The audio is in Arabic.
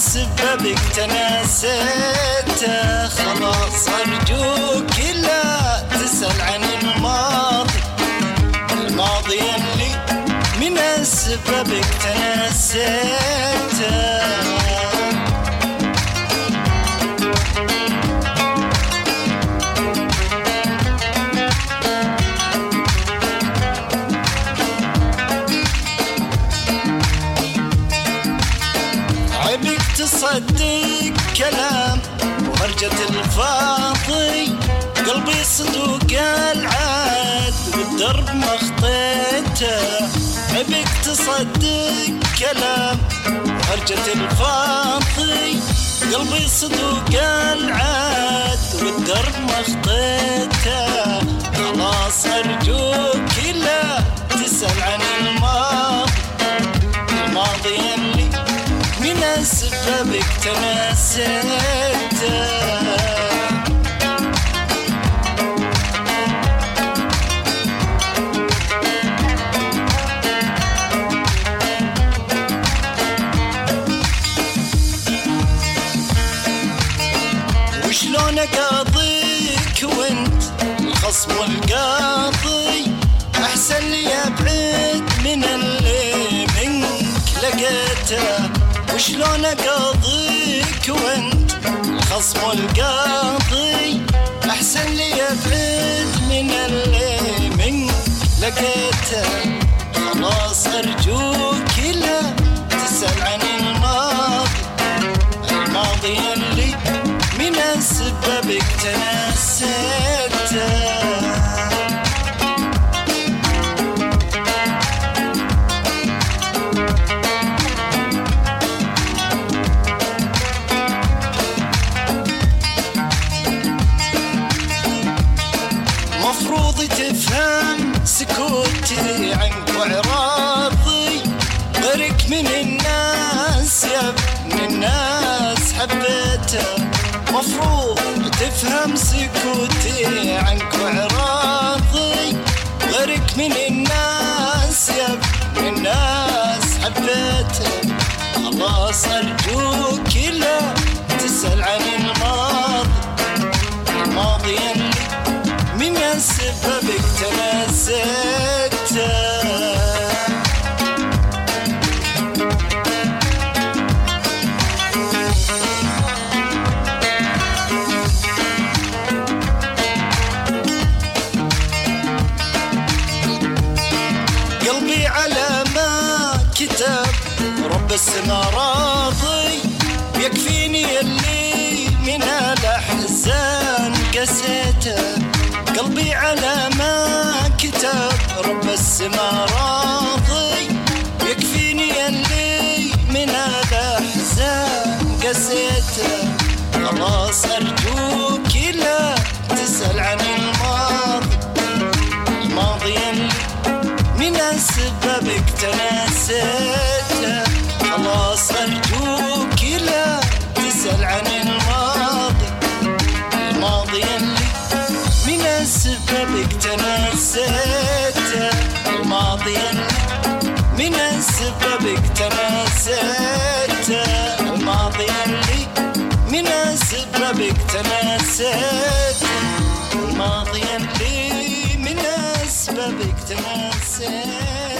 سببك تناسيته. خلاص أرجوك لا تسأل عن الماضي اللي من سببك تناسيته. تصدق كلام وهرجة الفاضي، قلبي صدوق العاد بالدرب ما خطيته. عبك تصدق كلام وهرجة الفاضي، قلبي صدوق العاد بالدرب ما خطيته. خلاص أرجوك لا تسأل عن الماضي اللي من سببك تناسيته. وشلون اقاضيك وانت الخصم والقاضي؟ احسن لي ابعد من اللي منك لقيته. وشلون اقاضيك وانت الخصم والقاضي؟ احسن لي ابعد من اللي منك لقيته. خلاص ارجوك لا تسأل عن الماضي اللي من سببك تناسيته. مفروض تفهم سكوتي عنك وعراضي، غيرك من الناس يا ابن الناس حبيته. مفروض تفهم سكوتي عنك وعراضي، غيرك من الناس يا ابن الناس حبيته. خلاص أرجوك لا تسأل عن الماضي اللي من سببك تناسيته. قلبي على ما كتب رب السما راضي، يكفيني اللي من الأحزان قسيته. قلبي على ما كتب رب السما راضي، يكفيني اللي من الأحزان قسيته. خلاص أرجوك لا تسأل عن الماضي اللي من سببك تناسيته. خلاص أرجوك لا تسأل عن الماضي اللي من سببك تناسيته. الماضي اللي من سببك تناسيته. الماضي اللي من سببك تناسيته. الماضي اللي من سببك تناسيته.